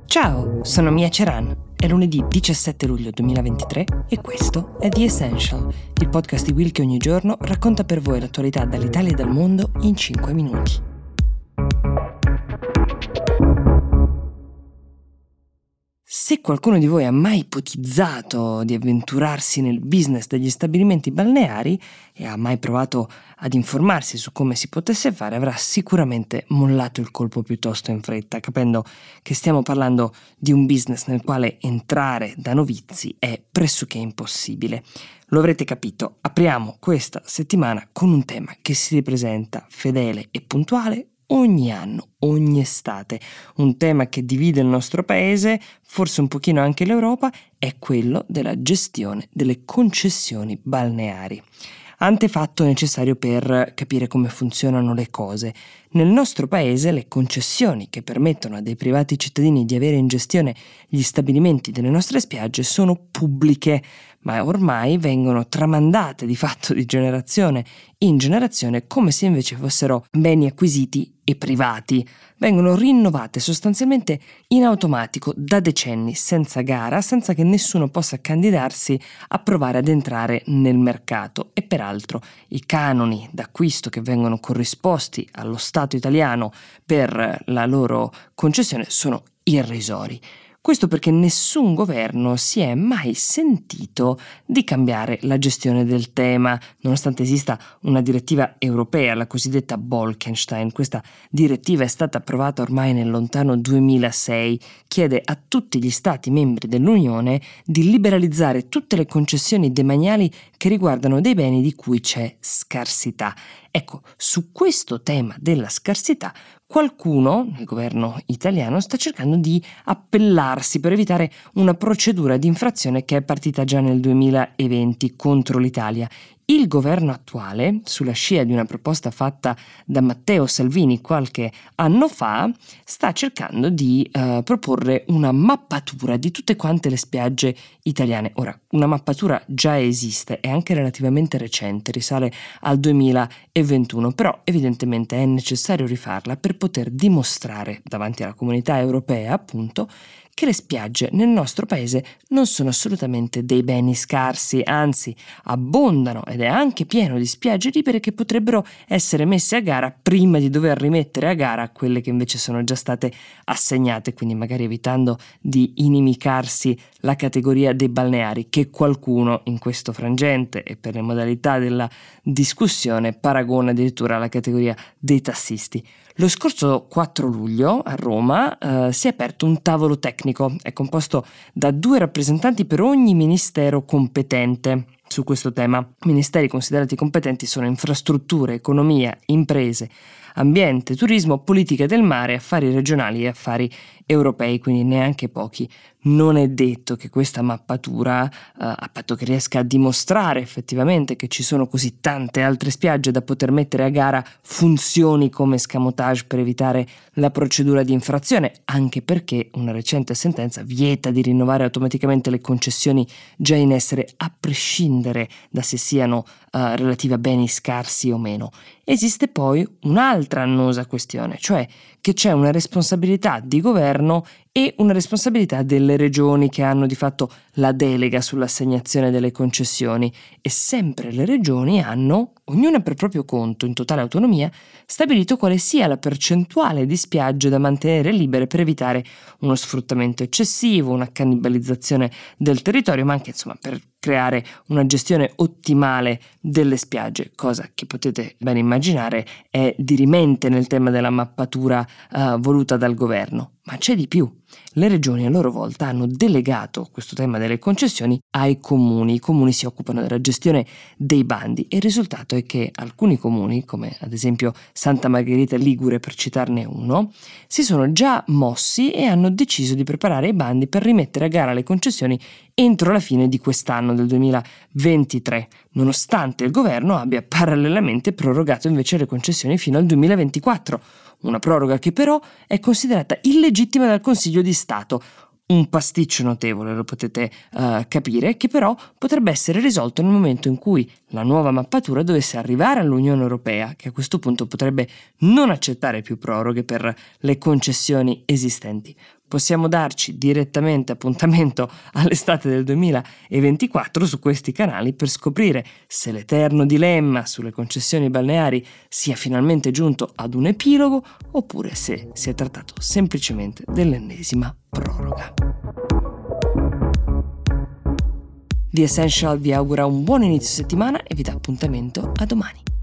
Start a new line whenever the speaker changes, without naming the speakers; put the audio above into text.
Ciao, sono Mia Ceran. È lunedì 17 luglio 2023 e questo è The Essential, il podcast di Will che ogni giorno racconta per voi l'attualità dall'Italia e dal mondo in 5 minuti. Se qualcuno di voi ha mai ipotizzato di avventurarsi nel business degli stabilimenti balneari e ha mai provato ad informarsi su come si potesse fare, avrà sicuramente mollato il colpo piuttosto in fretta, capendo che stiamo parlando di un business nel quale entrare da novizi è pressoché impossibile. Lo avrete capito, apriamo questa settimana con un tema che si ripresenta fedele e puntuale ogni anno, ogni estate. Un tema che divide il nostro paese, forse un pochino anche l'Europa, è quello della gestione delle concessioni balneari. Antefatto necessario per capire come funzionano le cose. Nel nostro paese le concessioni che permettono a dei privati cittadini di avere in gestione gli stabilimenti delle nostre spiagge sono pubbliche, ma ormai vengono tramandate di fatto di generazione in generazione come se invece fossero beni acquisiti e privati. Vengono rinnovate sostanzialmente in automatico da decenni, senza gara, senza che nessuno possa candidarsi a provare ad entrare nel mercato. E peraltro i canoni d'acquisto che vengono corrisposti allo Stato italiano per la loro concessione sono irrisori. Questo perché nessun governo si è mai sentito di cambiare la gestione del tema, nonostante esista una direttiva europea, la cosiddetta Bolkestein. Questa direttiva è stata approvata ormai nel lontano 2006, chiede a tutti gli Stati membri dell'Unione di liberalizzare tutte le concessioni demaniali che riguardano dei beni di cui c'è scarsità. Ecco, su questo tema della scarsità qualcuno nel governo italiano sta cercando di appellarsi per evitare una procedura di infrazione che è partita già nel 2020 contro l'Italia. Il governo attuale, sulla scia di una proposta fatta da Matteo Salvini qualche anno fa, sta cercando di proporre una mappatura di tutte quante le spiagge italiane. Ora, una mappatura già esiste, è anche relativamente recente, risale al 2021, però evidentemente è necessario rifarla per poter dimostrare davanti alla comunità europea, appunto, che le spiagge nel nostro paese non sono assolutamente dei beni scarsi, anzi abbondano ed è anche pieno di spiagge libere che potrebbero essere messe a gara prima di dover rimettere a gara quelle che invece sono già state assegnate, quindi magari evitando di inimicarsi la categoria dei balneari che qualcuno in questo frangente e per le modalità della discussione paragona addirittura alla categoria dei tassisti. Lo scorso 4 luglio a Roma si è aperto un tavolo tecnico, è composto da 2 rappresentanti per ogni ministero competente su questo tema. Ministeri considerati competenti sono infrastrutture, economia, imprese, ambiente, turismo, politica del mare, affari regionali e affari europei, quindi neanche pochi. Non è detto che questa mappatura, a patto che riesca a dimostrare effettivamente che ci sono così tante altre spiagge da poter mettere a gara, funzioni come escamotage per evitare la procedura di infrazione, anche perché una recente sentenza vieta di rinnovare automaticamente le concessioni già in essere, a prescindere da se siano relative a beni scarsi o meno. Esiste poi un'altra annosa questione, cioè che c'è una responsabilità di governo e una responsabilità delle regioni che hanno di fatto la delega sull'assegnazione delle concessioni e sempre le regioni hanno, ognuna per proprio conto, in totale autonomia, stabilito quale sia la percentuale di spiagge da mantenere libere per evitare uno sfruttamento eccessivo, una cannibalizzazione del territorio, ma anche insomma per creare una gestione ottimale delle spiagge, cosa che potete ben immaginare è dirimente nel tema della mappatura voluta dal governo. Ma c'è di più. Le regioni a loro volta hanno delegato questo tema delle concessioni ai comuni. I comuni si occupano della gestione dei bandi e il risultato è che alcuni comuni, come ad esempio Santa Margherita Ligure per citarne uno, si sono già mossi e hanno deciso di preparare i bandi per rimettere a gara le concessioni entro la fine di quest'anno, del 2023, nonostante il governo abbia parallelamente prorogato invece le concessioni fino al 2024. Una proroga che però è considerata illegittima dal Consiglio di Stato. Un pasticcio notevole, lo potete capire, che però potrebbe essere risolto nel momento in cui la nuova mappatura dovesse arrivare all'Unione Europea, che a questo punto potrebbe non accettare più proroghe per le concessioni esistenti. Possiamo darci direttamente appuntamento all'estate del 2024 su questi canali per scoprire se l'eterno dilemma sulle concessioni balneari sia finalmente giunto ad un epilogo oppure se si è trattato semplicemente dell'ennesima proroga. The Essential vi augura un buon inizio settimana e vi dà appuntamento a domani.